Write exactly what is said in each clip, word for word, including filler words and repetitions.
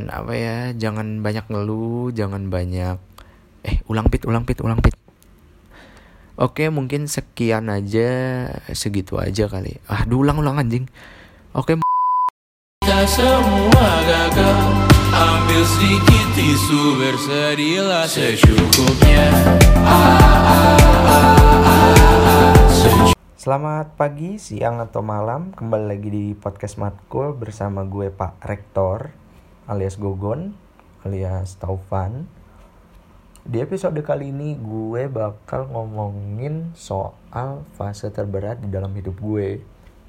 apa ya, jangan banyak ngeluh, jangan banyak eh ulang pit ulang pit ulang pit oke, mungkin sekian aja, segitu aja kali. Ah ulang ulang anjing. Oke, kita semua gagal. Ambil sedikit tisu, bersedilah secukupnya. ah, ah, ah, ah, ah, Selamat pagi, siang, atau malam. Kembali lagi di podcast Matkul bersama gue Pak Rektor alias Gogon alias Taufan. Di episode kali ini gue bakal ngomongin soal fase terberat di dalam hidup gue.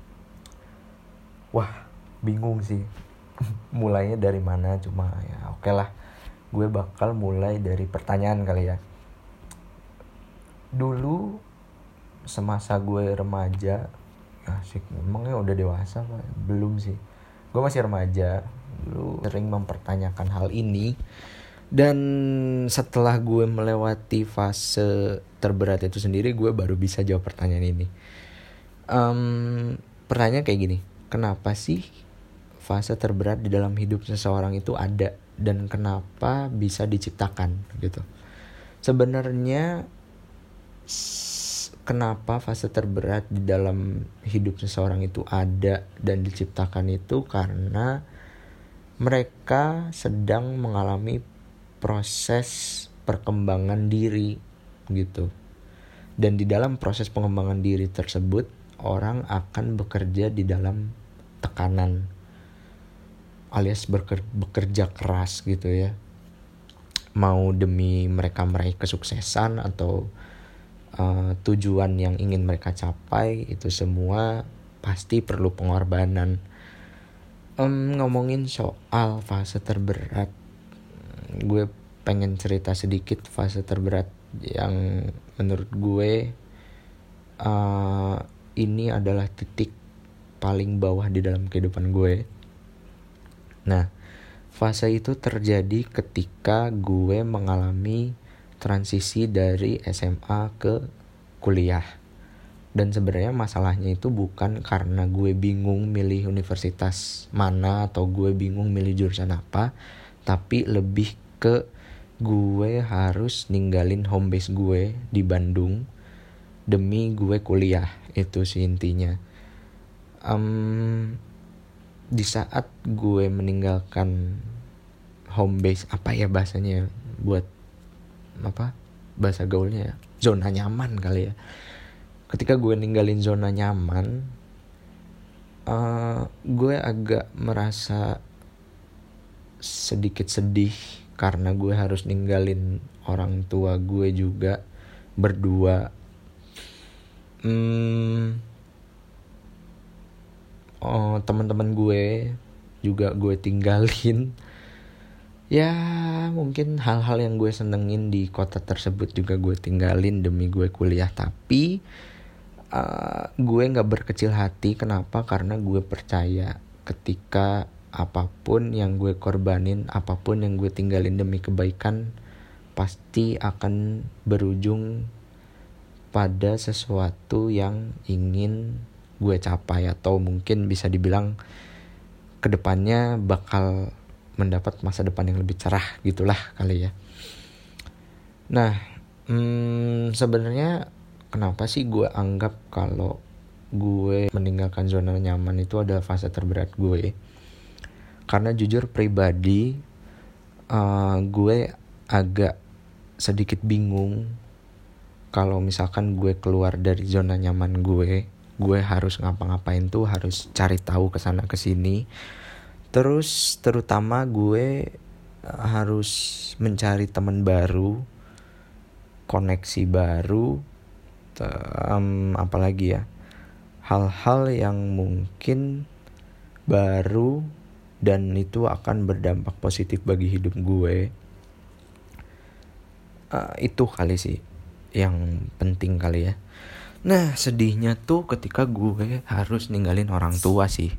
Wah, bingung sih mulainya dari mana, cuma ya oke lah. Gue bakal mulai dari pertanyaan kali ya. Dulu semasa gue remaja, asik, emangnya udah dewasa Pak? Belum sih, gue masih remaja. Dulu sering mempertanyakan hal ini. Dan setelah gue melewati fase terberat itu sendiri, gue baru bisa jawab pertanyaan ini. um, Pertanyaan kayak gini, kenapa sih fase terberat di dalam hidup seseorang itu ada, dan kenapa bisa diciptakan gitu. Sebenarnya kenapa fase terberat di dalam hidup seseorang itu ada dan diciptakan itu karena mereka sedang mengalami proses perkembangan diri gitu. Dan di dalam proses pengembangan diri tersebut, orang akan bekerja di dalam tekanan alias beker- bekerja keras gitu ya. Mau demi mereka meraih kesuksesan atau Uh, tujuan yang ingin mereka capai, itu semua pasti perlu pengorbanan. Um, ngomongin soal fase terberat, gue pengen cerita sedikit fase terberat yang menurut gue uh, ini adalah titik paling bawah di dalam kehidupan gue. Nah, fase itu terjadi ketika gue mengalami transisi dari S M A ke kuliah. Dan sebenarnya masalahnya itu bukan karena gue bingung milih universitas mana atau gue bingung milih jurusan apa, tapi lebih ke gue harus ninggalin home base gue di Bandung demi gue kuliah. Itu sih intinya. Um, di saat gue meninggalkan home base, apa ya bahasanya buat apa bahasa gaulnya ya, zona nyaman kali ya. Ketika gue ninggalin zona nyaman, uh, gue agak merasa sedikit sedih karena gue harus ninggalin orang tua gue juga berdua. Hmm, oh, teman-teman gue juga gue tinggalin. Ya mungkin hal-hal yang gue senengin di kota tersebut juga gue tinggalin demi gue kuliah. Tapi uh, gue gak berkecil hati. Kenapa? Karena gue percaya ketika apapun yang gue korbanin, apapun yang gue tinggalin demi kebaikan, pasti akan berujung pada sesuatu yang ingin gue capai. Atau mungkin bisa dibilang kedepannya bakal mendapat masa depan yang lebih cerah gitulah kali ya. Nah, hmm, sebenarnya kenapa sih gue anggap kalau gue meninggalkan zona nyaman itu adalah fase terberat gue? Karena jujur pribadi, uh, gue agak sedikit bingung kalau misalkan gue keluar dari zona nyaman gue, gue harus ngapa-ngapain tuh, harus cari tahu kesana kesini. Terus terutama gue harus mencari teman baru, koneksi baru, um, apalagi ya, hal-hal yang mungkin baru dan itu akan berdampak positif bagi hidup gue. Uh, itu kali sih yang penting kali ya. Nah, sedihnya tuh ketika gue harus ninggalin orang tua sih.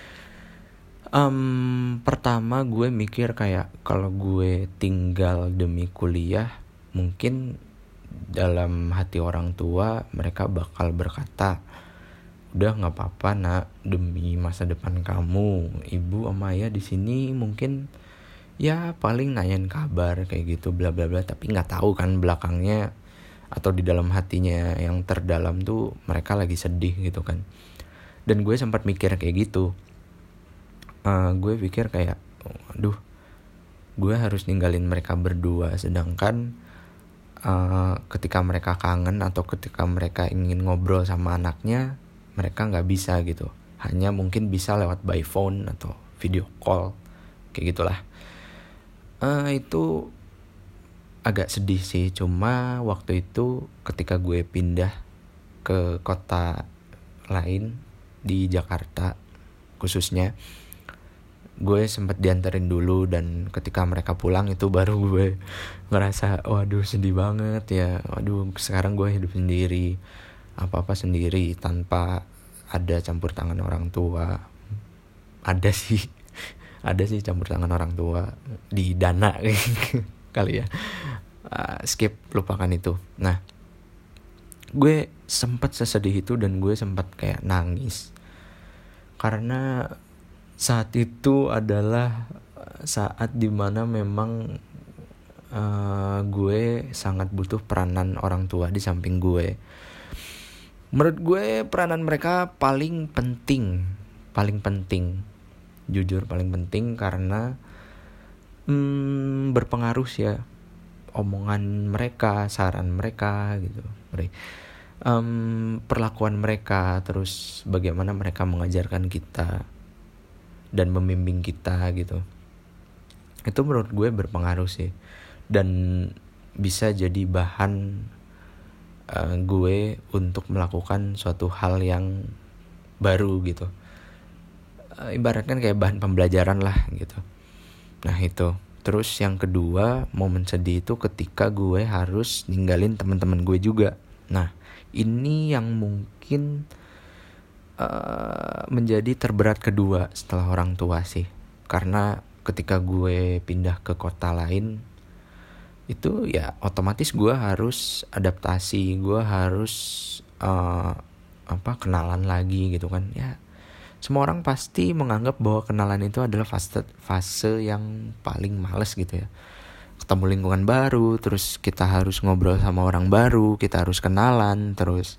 Um, pertama gue mikir kayak kalau gue tinggal demi kuliah, mungkin dalam hati orang tua mereka bakal berkata, udah nggak apa-apa nak, demi masa depan kamu, ibu sama ayah di sini mungkin ya paling nanyain kabar kayak gitu bla bla bla, tapi nggak tahu kan belakangnya atau di dalam hatinya yang terdalam tuh mereka lagi sedih gitu kan. Dan gue sempat mikir kayak gitu, uh, gue pikir kayak aduh, gue harus ninggalin mereka berdua, sedangkan uh, ketika mereka kangen atau ketika mereka ingin ngobrol sama anaknya, mereka nggak bisa gitu, hanya mungkin bisa lewat by phone atau video call kayak gitulah. Uh, itu agak sedih sih. Cuma waktu itu ketika gue pindah ke kota lain di Jakarta khususnya, gue sempat dianterin dulu, dan ketika mereka pulang itu baru gue ngerasa waduh sedih banget ya. Waduh, sekarang gue hidup sendiri, apa-apa sendiri tanpa ada campur tangan orang tua. Ada sih ada sih campur tangan orang tua di dana kali ya. Uh, skip, lupakan itu. Nah, gue sempat sesedih itu dan gue sempat kayak nangis karena saat itu adalah saat dimana memang uh, gue sangat butuh peranan orang tua di samping gue. Menurut gue peranan mereka paling penting, paling penting, jujur paling penting, karena hmm, berpengaruh sih ya. Omongan mereka, saran mereka gitu, um, perlakuan mereka, terus bagaimana mereka mengajarkan kita dan membimbing kita gitu. Itu menurut gue berpengaruh sih, dan bisa jadi bahan uh, gue untuk melakukan suatu hal yang baru gitu. Uh, ibaratkan kayak bahan pembelajaran lah gitu. Nah itu. Terus yang kedua, momen sedih itu ketika gue harus ninggalin teman-teman gue juga. Nah, ini yang mungkin uh, menjadi terberat kedua setelah orang tua sih. Karena ketika gue pindah ke kota lain, itu ya otomatis gue harus adaptasi, gue harus uh, apa kenalan lagi gitu kan ya. Semua orang pasti menganggap bahwa kenalan itu adalah fase fase yang paling males gitu ya. Ketemu lingkungan baru, terus kita harus ngobrol sama orang baru, kita harus kenalan, terus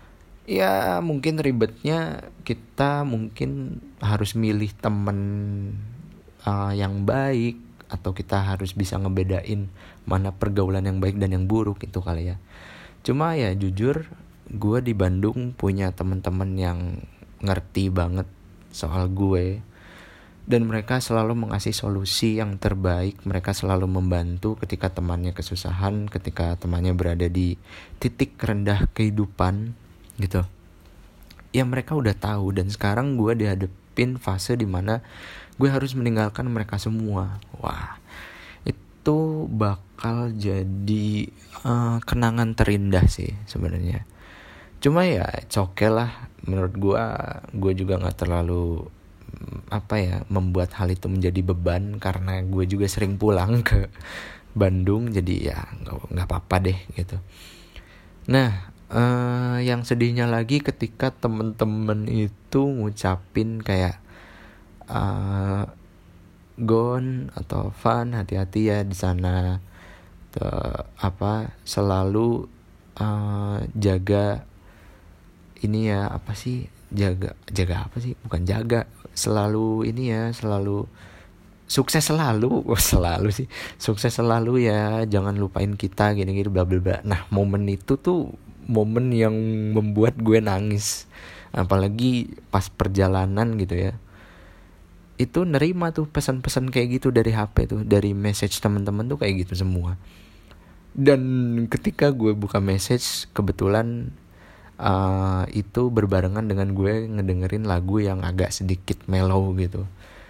ya mungkin ribetnya kita mungkin harus milih temen uh, yang baik, atau kita harus bisa ngebedain mana pergaulan yang baik dan yang buruk itu kali ya. Cuma ya jujur, gue di Bandung punya teman-teman yang ngerti banget soal gue, dan mereka selalu mengasih solusi yang terbaik. Mereka selalu membantu ketika temannya kesusahan, ketika temannya berada di titik rendah kehidupan gitu. Ya mereka udah tahu, dan sekarang gue dihadapin fase dimana gue harus meninggalkan mereka semua. Wah, itu bakal jadi uh, kenangan terindah sih sebenarnya. Cuma ya it's okay lah, menurut gue, gue juga gak terlalu apa ya membuat hal itu menjadi beban, karena gue juga sering pulang ke Bandung, jadi ya gak, gak apa-apa deh gitu. Nah, eh, yang sedihnya lagi ketika temen-temen itu ngucapin kayak uh, Gon atau Van, hati-hati ya di sana, Tuh, apa selalu uh, jaga ini ya, apa sih, jaga jaga apa sih, bukan jaga, selalu ini ya, selalu sukses selalu, oh, selalu sih sukses selalu ya, jangan lupain kita gini-gini bla bla bla. Nah, momen itu tuh momen yang membuat gue nangis, apalagi pas perjalanan gitu ya. Itu nerima tuh pesan-pesan kayak gitu dari H P tuh, dari message teman-teman tuh kayak gitu semua. Dan ketika gue buka message, kebetulan Uh, itu berbarengan dengan gue ngedengerin lagu yang agak sedikit mellow gitu.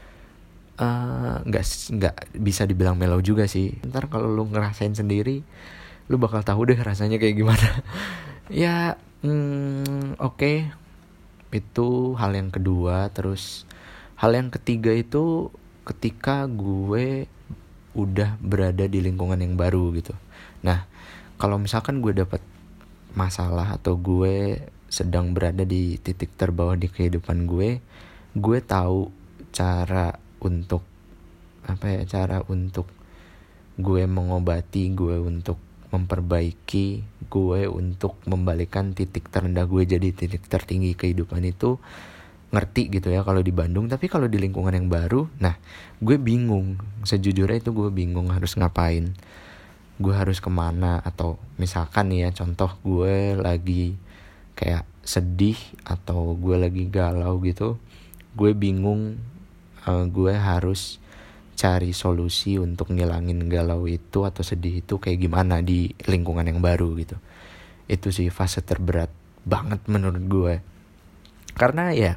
uh, Nggak nggak bisa dibilang mellow juga sih. Ntar kalau lu ngerasain sendiri, lu bakal tahu deh rasanya kayak gimana. Ya, hmm, oke, okay. Itu hal yang kedua. Terus hal yang ketiga itu ketika gue udah berada di lingkungan yang baru gitu. Nah, kalau misalkan gue dapet masalah atau gue sedang berada di titik terbawah di kehidupan gue, gue tahu cara untuk apa ya cara untuk gue mengobati, gue untuk memperbaiki, gue untuk membalikan titik terendah gue jadi titik tertinggi kehidupan itu ngerti gitu ya kalau di Bandung. Tapi kalau di lingkungan yang baru, nah gue bingung, sejujurnya itu gue bingung harus ngapain, gue harus kemana. Atau misalkan nih ya contoh, gue lagi kayak sedih atau gue lagi galau gitu, gue bingung, uh, gue harus cari solusi untuk ngilangin galau itu atau sedih itu kayak gimana di lingkungan yang baru gitu. Itu sih fase terberat banget menurut gue. Karena ya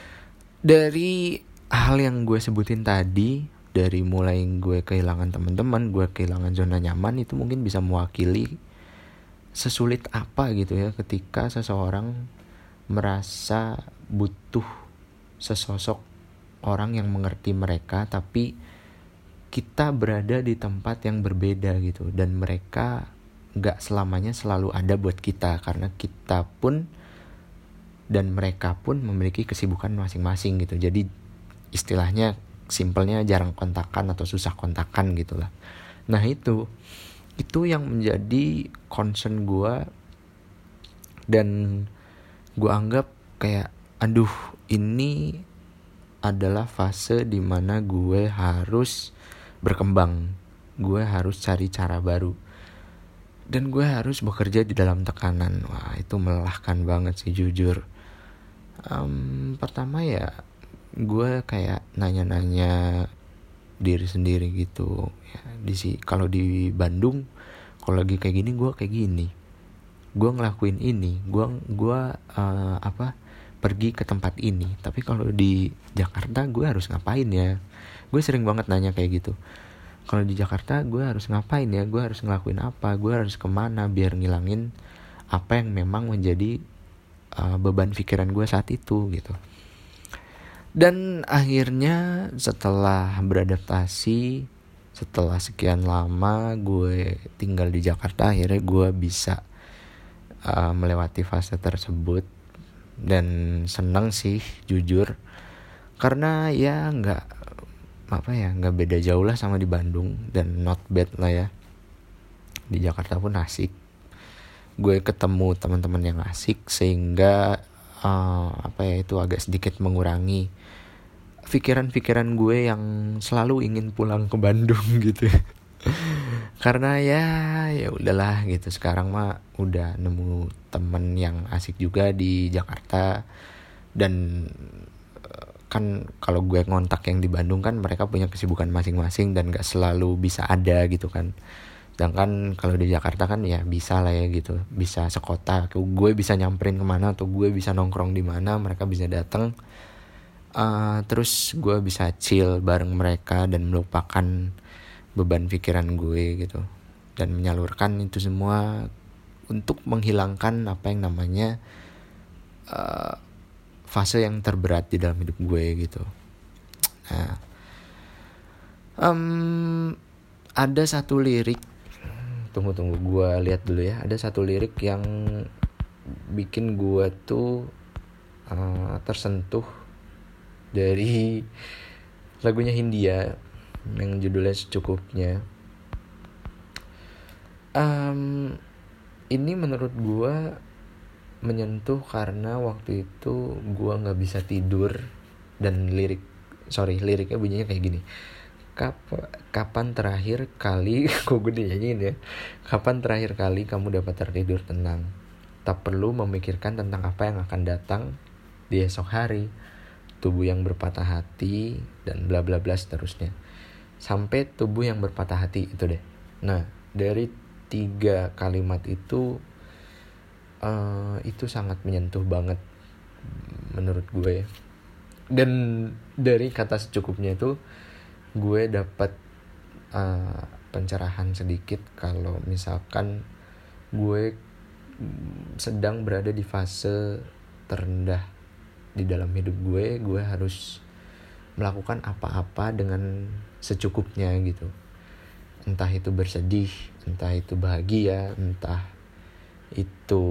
dari hal yang gue sebutin tadi, dari mulai gue kehilangan teman-teman, gue kehilangan zona nyaman, itu mungkin bisa mewakili sesulit apa gitu ya ketika seseorang merasa butuh sesosok orang yang mengerti mereka, tapi kita berada di tempat yang berbeda gitu, dan mereka gak selamanya selalu ada buat kita, karena kita pun dan mereka pun memiliki kesibukan masing-masing gitu. Jadi istilahnya simpelnya jarang kontakan atau susah kontakan gitulah. Nah itu itu yang menjadi concern gue, dan gue anggap kayak aduh ini adalah fase dimana gue harus berkembang, gue harus cari cara baru, dan gue harus bekerja di dalam tekanan. Wah itu melelahkan banget sih jujur. Um, pertama ya gue kayak nanya-nanya diri sendiri gitu ya, di si kalau di Bandung kalau lagi kayak gini gue kayak gini, gue ngelakuin ini, gue gue uh, apa pergi ke tempat ini. Tapi kalau di Jakarta gue harus ngapain ya? Gue sering banget nanya kayak gitu. Kalau di Jakarta gue harus ngapain ya? Gue harus ngelakuin apa? Gue harus kemana biar ngilangin apa yang memang menjadi uh, beban pikiran gue saat itu gitu. Dan akhirnya setelah beradaptasi, setelah sekian lama gue tinggal di Jakarta, akhirnya gue bisa uh, melewati fase tersebut. Dan senang sih jujur, karena ya nggak apa ya nggak beda jauh lah sama di Bandung, dan not bad lah ya. Di Jakarta pun asik, gue ketemu teman-teman yang asik, sehingga uh, apa ya itu agak sedikit mengurangi pikiran-pikiran gue yang selalu ingin pulang ke Bandung gitu. Karena ya ya udahlah gitu, sekarang mah udah nemu temen yang asik juga di Jakarta. Dan kan kalau gue ngontak yang di Bandung kan mereka punya kesibukan masing-masing dan gak selalu bisa ada gitu kan. Sedangkan kalau di Jakarta kan ya bisa lah ya gitu, bisa sekota, gue bisa nyamperin kemana atau gue bisa nongkrong di mana, mereka bisa datang. Uh, terus gue bisa chill bareng mereka dan melupakan beban pikiran gue gitu, dan menyalurkan itu semua untuk menghilangkan apa yang namanya uh, fase yang terberat di dalam hidup gue gitu. Nah, um, ada satu lirik, tunggu tunggu gue lihat dulu ya. Ada satu lirik yang bikin gue tuh uh, tersentuh dari lagunya Hindia yang judulnya Secukupnya. Um, ini menurut gue menyentuh karena waktu itu gue nggak bisa tidur, dan lirik sorry liriknya bunyinya kayak gini. Kap, kapan terakhir kali kok gue dinyanyiin ya kapan terakhir kali kamu dapat tertidur tenang, tak perlu memikirkan tentang apa yang akan datang di esok hari, tubuh yang berpatah hati, dan bla bla bla seterusnya sampai tubuh yang berpatah hati itu deh. Nah dari tiga kalimat itu Uh, itu sangat menyentuh banget menurut gue. Dan dari kata secukupnya itu gue dapat uh, pencerahan sedikit kalau misalkan gue sedang berada di fase terendah di dalam hidup gue, gue harus melakukan apa-apa dengan secukupnya gitu. Entah itu bersedih, entah itu bahagia, entah itu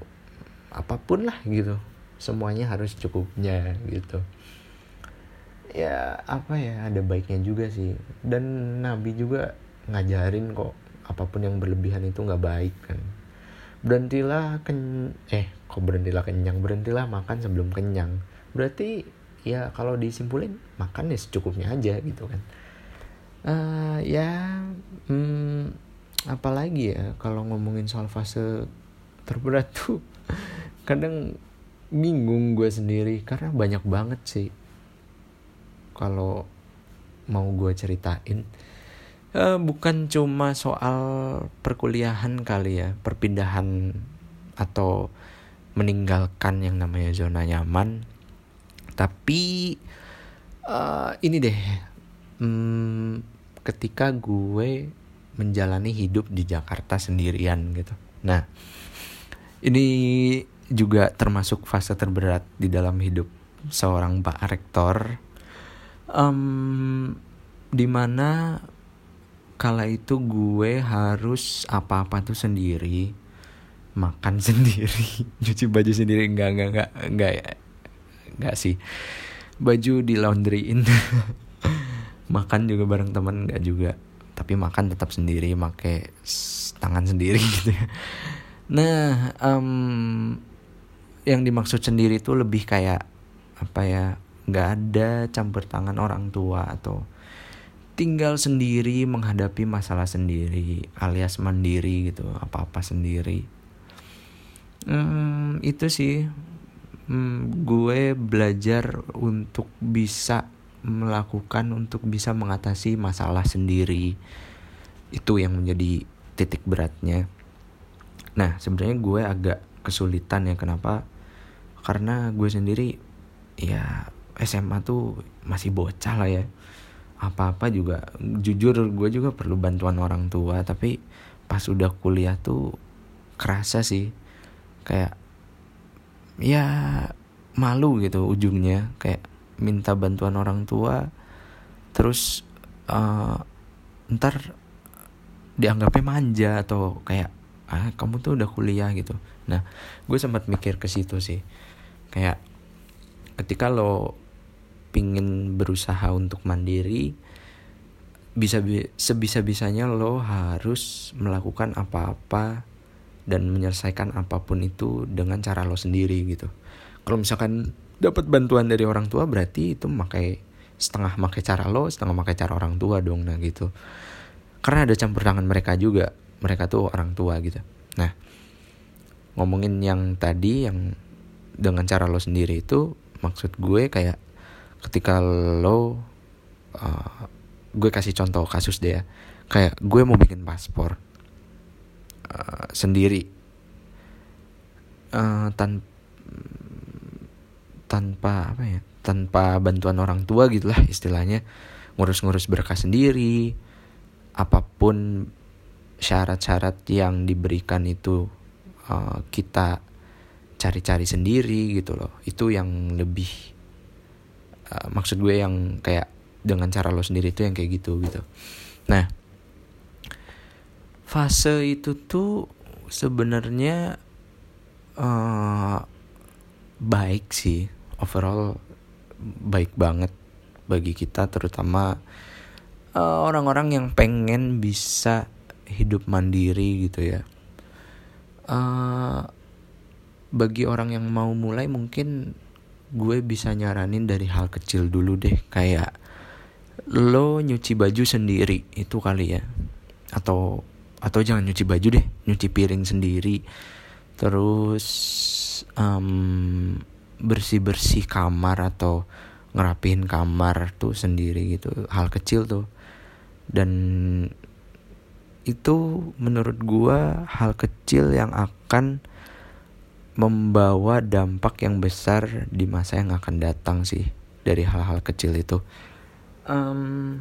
apapun lah gitu, semuanya harus cukupnya gitu. ya apa ya, ada baiknya juga sih. Dan Nabi juga ngajarin kok, apapun yang berlebihan itu nggak baik kan. Berhentilah ken eh kok berhentilah kenyang, berhentilah makan sebelum kenyang. Berarti ya kalau disimpulin, makan ya secukupnya aja gitu kan. Uh, ya hmm, apalagi ya kalau ngomongin soal fase terberat tuh kadang bingung gue sendiri karena banyak banget sih kalau mau gue ceritain. Uh, bukan cuma soal perkuliahan kali ya, perpindahan atau meninggalkan yang namanya zona nyaman, tapi uh, ini deh, hmm, ketika gue menjalani hidup di Jakarta sendirian gitu. Nah, ini juga termasuk fase terberat di dalam hidup seorang Pak Rektor, um, dimana kala itu gue harus apa-apa tuh sendiri, makan sendiri, cuci baju sendiri, enggak enggak enggak enggak ya, enggak sih, baju di laundryin, makan juga bareng teman enggak juga, tapi makan tetap sendiri, pakai tangan sendiri gitu ya. Nah, um, yang dimaksud sendiri itu lebih kayak apa ya, nggak ada campur tangan orang tua atau tinggal sendiri menghadapi masalah sendiri, alias mandiri gitu, apa-apa sendiri. Hmm, itu sih, hmm, gue belajar untuk bisa melakukan, untuk bisa mengatasi masalah sendiri. Itu yang menjadi titik beratnya. Nah, sebenarnya gue agak kesulitan ya, kenapa? Karena gue sendiri ya S M A tuh masih bocah lah ya. Apa-apa juga, jujur gue juga perlu bantuan orang tua. Tapi pas udah kuliah tuh kerasa sih, kayak ya malu gitu ujungnya, kayak minta bantuan orang tua, terus uh, ntar dianggapnya manja atau kayak ah kamu tuh udah kuliah gitu. Nah, gue sempat mikir ke situ sih, kayak ketika lo pingin berusaha untuk mandiri, bisa sebisa-bisanya lo harus melakukan apa-apa dan menyelesaikan apapun itu dengan cara lo sendiri gitu. Kalau misalkan dapat bantuan dari orang tua, berarti itu makai setengah makai cara lo, setengah makai cara orang tua dong. Nah gitu, karena ada campur tangan mereka juga, mereka tuh orang tua gitu. Nah, ngomongin yang tadi yang dengan cara lo sendiri itu, maksud gue kayak ketika lo uh, gue kasih contoh kasus deh ya, kayak gue mau bikin paspor uh, sendiri uh, tan tanpa apa ya tanpa bantuan orang tua gitulah istilahnya, ngurus-ngurus berkas sendiri, apapun syarat-syarat yang diberikan itu uh, kita cari-cari sendiri gitu loh. Itu yang lebih Uh, maksud gue yang kayak dengan cara lo sendiri itu yang kayak gitu gitu. Nah, fase itu tuh sebenarnya uh, baik sih, overall baik banget bagi kita, terutama uh, orang-orang yang pengen bisa hidup mandiri gitu ya. Uh, bagi orang yang mau mulai, mungkin gue bisa nyaranin dari hal kecil dulu deh, kayak lo nyuci baju sendiri itu kali ya, atau atau jangan nyuci baju deh, nyuci piring sendiri, terus um, bersih-bersih kamar atau ngerapihin kamar tuh sendiri gitu, hal kecil tuh. Dan itu menurut gue hal kecil yang akan membawa dampak yang besar di masa yang akan datang sih, dari hal-hal kecil itu. Um,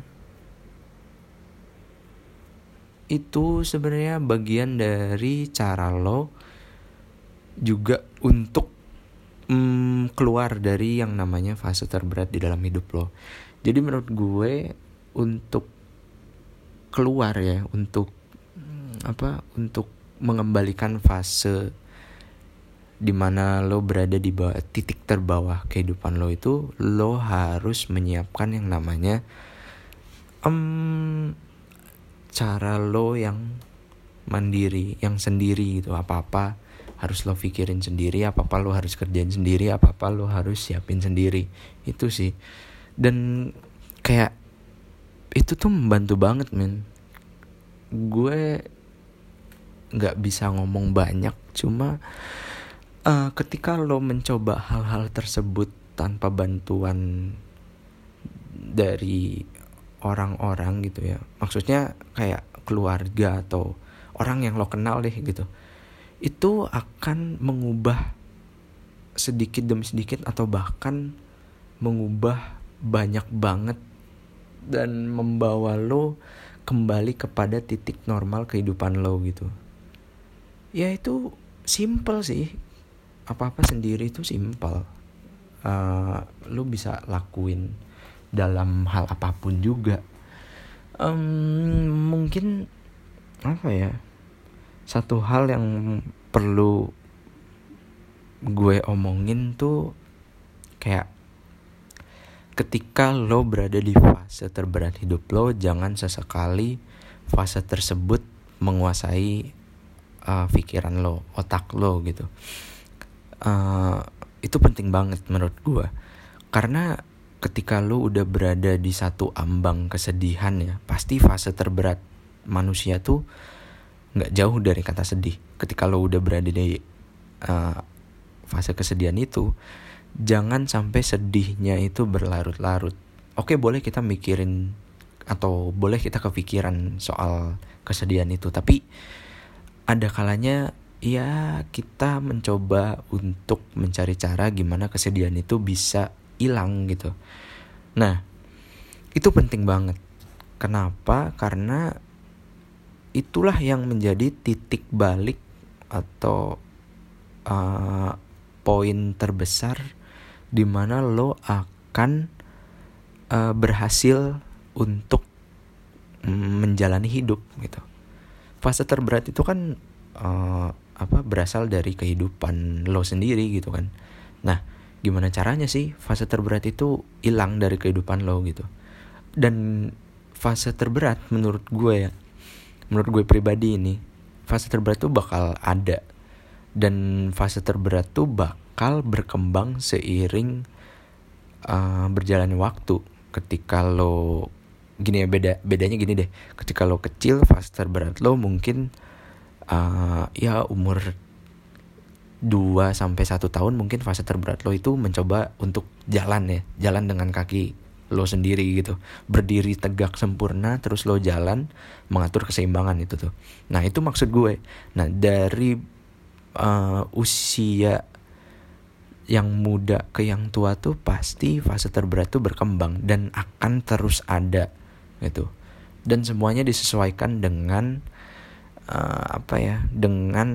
itu sebenarnya bagian dari cara lo juga untuk um, keluar dari yang namanya fase terberat di dalam hidup lo. Jadi menurut gue untuk keluar ya, untuk apa? Untuk mengembalikan fase dimana lo berada di bawah, titik terbawah kehidupan lo itu, lo harus menyiapkan yang namanya um, cara lo yang mandiri, yang sendiri gitu. Apa-apa harus lo pikirin sendiri, apa-apa lo harus kerjain sendiri, apa-apa lo harus siapin sendiri. Itu sih. Dan kayak itu tuh membantu banget, men. Gue gak bisa ngomong banyak, cuma uh, ketika lo mencoba hal-hal tersebut tanpa bantuan dari orang-orang gitu ya, maksudnya kayak keluarga atau orang yang lo kenal deh gitu, itu akan mengubah sedikit demi sedikit atau bahkan mengubah banyak banget dan membawa lo kembali kepada titik normal kehidupan lo gitu. Ya itu simple sih, apa-apa sendiri itu simple. Uh, lo bisa lakuin dalam hal apapun juga. Um, mungkin apa ya? Satu hal yang perlu gue omongin tuh kayak ketika lo berada di fase terberat hidup lo, jangan sesekali fase tersebut menguasai uh, pikiran lo, otak lo gitu. Uh, itu penting banget menurut gue, karena ketika lo udah berada di satu ambang kesedihan ya, pasti fase terberat manusia tuh nggak jauh dari kata sedih. Ketika lo udah berada di uh, fase kesedihan itu, jangan sampai sedihnya itu berlarut-larut. Oke, boleh kita mikirin atau boleh kita kepikiran soal kesedihan itu, tapi ada kalanya ya kita mencoba untuk mencari cara gimana kesedihan itu bisa hilang gitu. Nah, itu penting banget. Kenapa? Karena itulah yang menjadi titik balik atau uh, poin terbesar di mana lo akan uh, berhasil untuk menjalani hidup gitu. Fase terberat itu kan uh, apa berasal dari kehidupan lo sendiri gitu kan. Nah, gimana caranya sih fase terberat itu hilang dari kehidupan lo gitu? Dan fase terberat menurut gue ya, menurut gue pribadi ini, fase terberat tuh bakal ada. Dan fase terberat tuh bakal berkembang seiring uh, berjalannya waktu. Ketika lo gini ya, beda bedanya gini deh. Ketika lo kecil, fase terberat lo mungkin uh, ya umur dua sampai satu tahun, mungkin fase terberat lo itu mencoba untuk jalan ya, jalan dengan kaki lo sendiri gitu, berdiri tegak sempurna, terus lo jalan mengatur keseimbangan itu tuh. Nah, itu maksud gue. Nah, dari uh, usia yang muda ke yang tua tuh pasti fase terberat tuh berkembang dan akan terus ada gitu. Dan semuanya disesuaikan dengan uh, apa ya? Dengan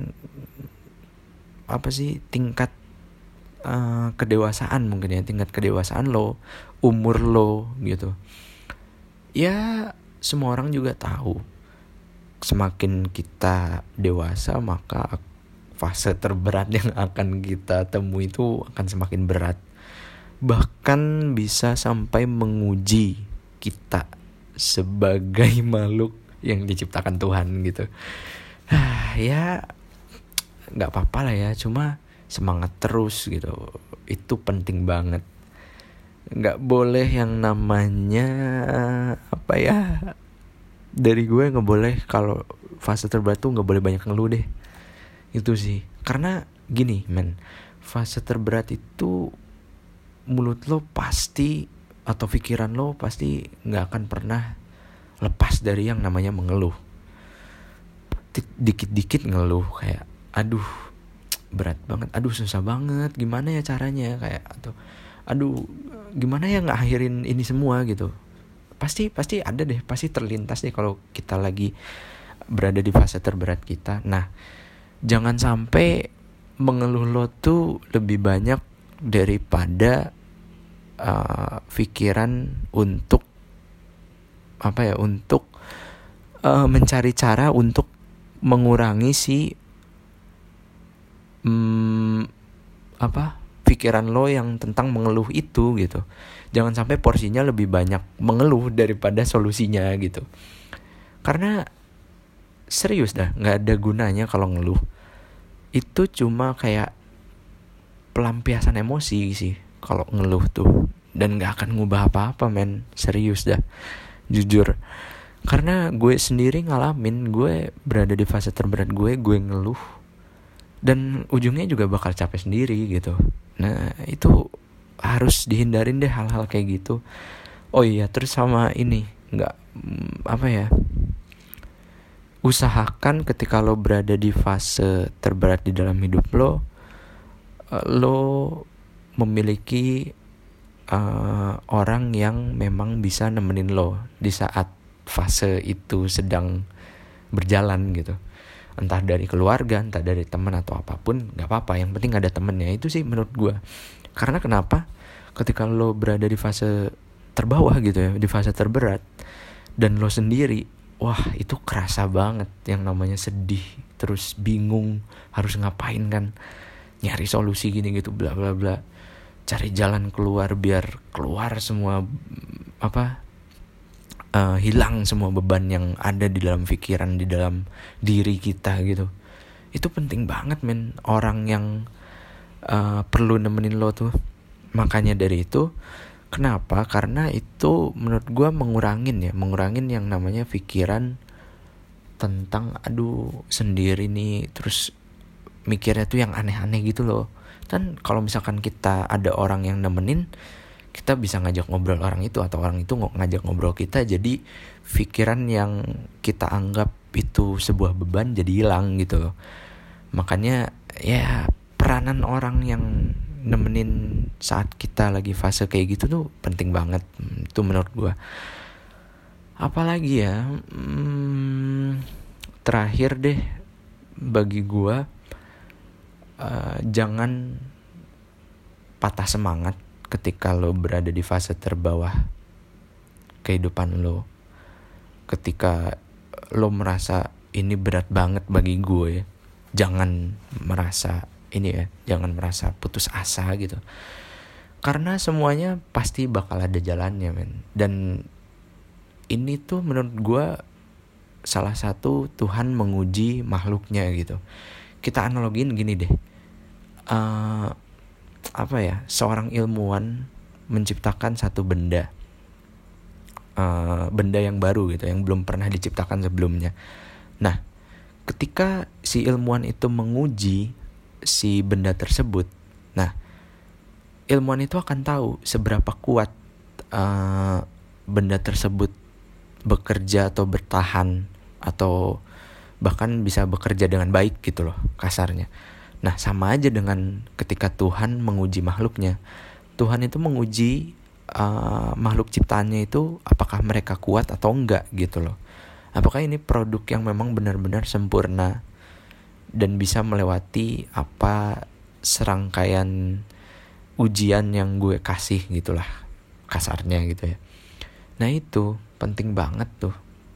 apa sih tingkat uh, kedewasaan mungkin ya, tingkat kedewasaan lo, umur lo gitu. Ya, semua orang juga tahu semakin kita dewasa maka fase terberat yang akan kita temui itu akan semakin berat. Bahkan bisa sampai menguji kita sebagai makhluk yang diciptakan Tuhan gitu. Ah, ya gak apa-apa lah ya, cuma semangat terus gitu. Itu penting banget. Gak boleh yang namanya apa ya, dari gue gak boleh kalau fase terberat tuh gak boleh banyak ngeluh deh. Itu sih. Karena gini men, fase terberat itu mulut lo pasti atau pikiran lo pasti gak akan pernah lepas dari yang namanya mengeluh. Dikit-dikit ngeluh kayak aduh berat banget, aduh susah banget, gimana ya caranya, kayak atau aduh gimana ya ngakhirin ini semua gitu. Pasti pasti ada deh, pasti terlintas deh kalau kita lagi berada di fase terberat kita. Nah, jangan sampai mengeluh lo tuh lebih banyak daripada uh, pikiran untuk apa ya, untuk uh, mencari cara untuk mengurangi si hmm, apa pikiran lo yang tentang mengeluh itu gitu. Jangan sampai porsinya lebih banyak mengeluh daripada solusinya gitu. Karena serius dah, nggak ada gunanya kalau ngeluh. Itu cuma kayak pelampiasan emosi sih kalau ngeluh tuh, dan nggak akan ngubah apa-apa men. Serius dah, jujur. Karena gue sendiri ngalamin, gue berada di fase terberat gue, gue ngeluh, dan ujungnya juga bakal capek sendiri gitu. Nah itu harus dihindarin deh hal-hal kayak gitu. Oh iya, terus sama ini, nggak apa ya, usahakan ketika lo berada di fase terberat di dalam hidup lo, lo memiliki uh, orang yang memang bisa nemenin lo di saat fase itu sedang berjalan gitu. Entah dari keluarga, entah dari teman atau apapun, gak apa-apa, yang penting ada temennya. Itu sih menurut gue. Karena kenapa? Ketika lo berada di fase terbawah gitu ya, di fase terberat, dan lo sendiri, wah itu kerasa banget yang namanya sedih, terus bingung harus ngapain kan, nyari solusi gini gitu, bla bla bla, cari jalan keluar biar keluar semua apa uh, hilang semua beban yang ada di dalam pikiran, di dalam diri kita gitu. Itu penting banget men, orang yang uh, perlu nemenin lo tuh. Makanya dari itu, kenapa? Karena itu menurut gue mengurangin ya, mengurangin yang namanya pikiran tentang aduh sendiri nih, terus mikirnya tuh yang aneh-aneh gitu loh. Dan kalau misalkan kita ada orang yang nemenin, kita bisa ngajak ngobrol orang itu, atau orang itu ngajak ngobrol kita. Jadi pikiran yang kita anggap itu sebuah beban jadi hilang gitu loh. Makanya ya peranan orang yang nemenin saat kita lagi fase kayak gitu tuh penting banget. Itu menurut gue. Apalagi ya, hmm, terakhir deh bagi gue, uh, jangan patah semangat ketika lo berada di fase terbawah kehidupan lo. Ketika lo merasa ini berat banget bagi gue, jangan merasa ini ya, jangan merasa putus asa gitu. Karena semuanya pasti bakal ada jalannya men. Dan ini tuh menurut gue salah satu Tuhan menguji makhluknya gitu. Kita analogin gini deh, uh, apa ya, seorang ilmuwan menciptakan satu benda, uh, benda yang baru gitu, yang belum pernah diciptakan sebelumnya. Nah, ketika si ilmuwan itu menguji si benda tersebut, nah ilmuwan itu akan tahu seberapa kuat uh, benda tersebut bekerja atau bertahan, atau bahkan bisa bekerja dengan baik gitu loh kasarnya. Nah sama aja dengan ketika Tuhan menguji makhluknya. Tuhan itu menguji uh, makhluk ciptaannya itu apakah mereka kuat atau enggak gitu loh. Apakah ini produk yang memang benar-benar sempurna dan bisa melewati apa serangkaian ujian yang gue kasih gitulah kasarnya gitu ya. Nah itu penting banget tuh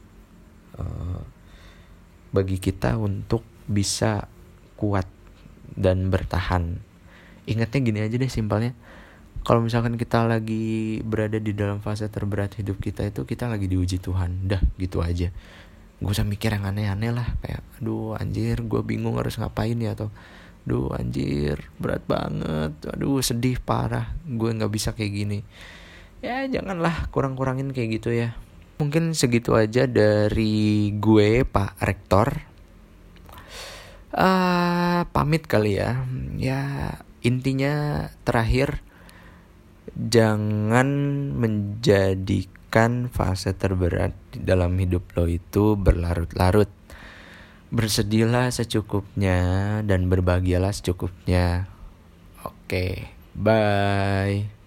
uh, bagi kita untuk bisa kuat dan bertahan. Ingatnya gini aja deh simpelnya, kalau misalkan kita lagi berada di dalam fase terberat hidup kita itu, kita lagi diuji Tuhan, dah gitu aja. Gak usah mikir yang aneh-aneh lah, kayak aduh anjir gue bingung harus ngapain ya, atau aduh anjir berat banget, aduh sedih parah gue gak bisa kayak gini. Ya janganlah kurang-kurangin kayak gitu ya. Mungkin segitu aja dari gue Pak Rektor. uh, Pamit kali ya. Ya intinya terakhir, jangan menjadikan fase terberat di dalam hidup lo itu berlarut-larut. Bersedihlah secukupnya dan berbahagialah secukupnya. Oke, bye.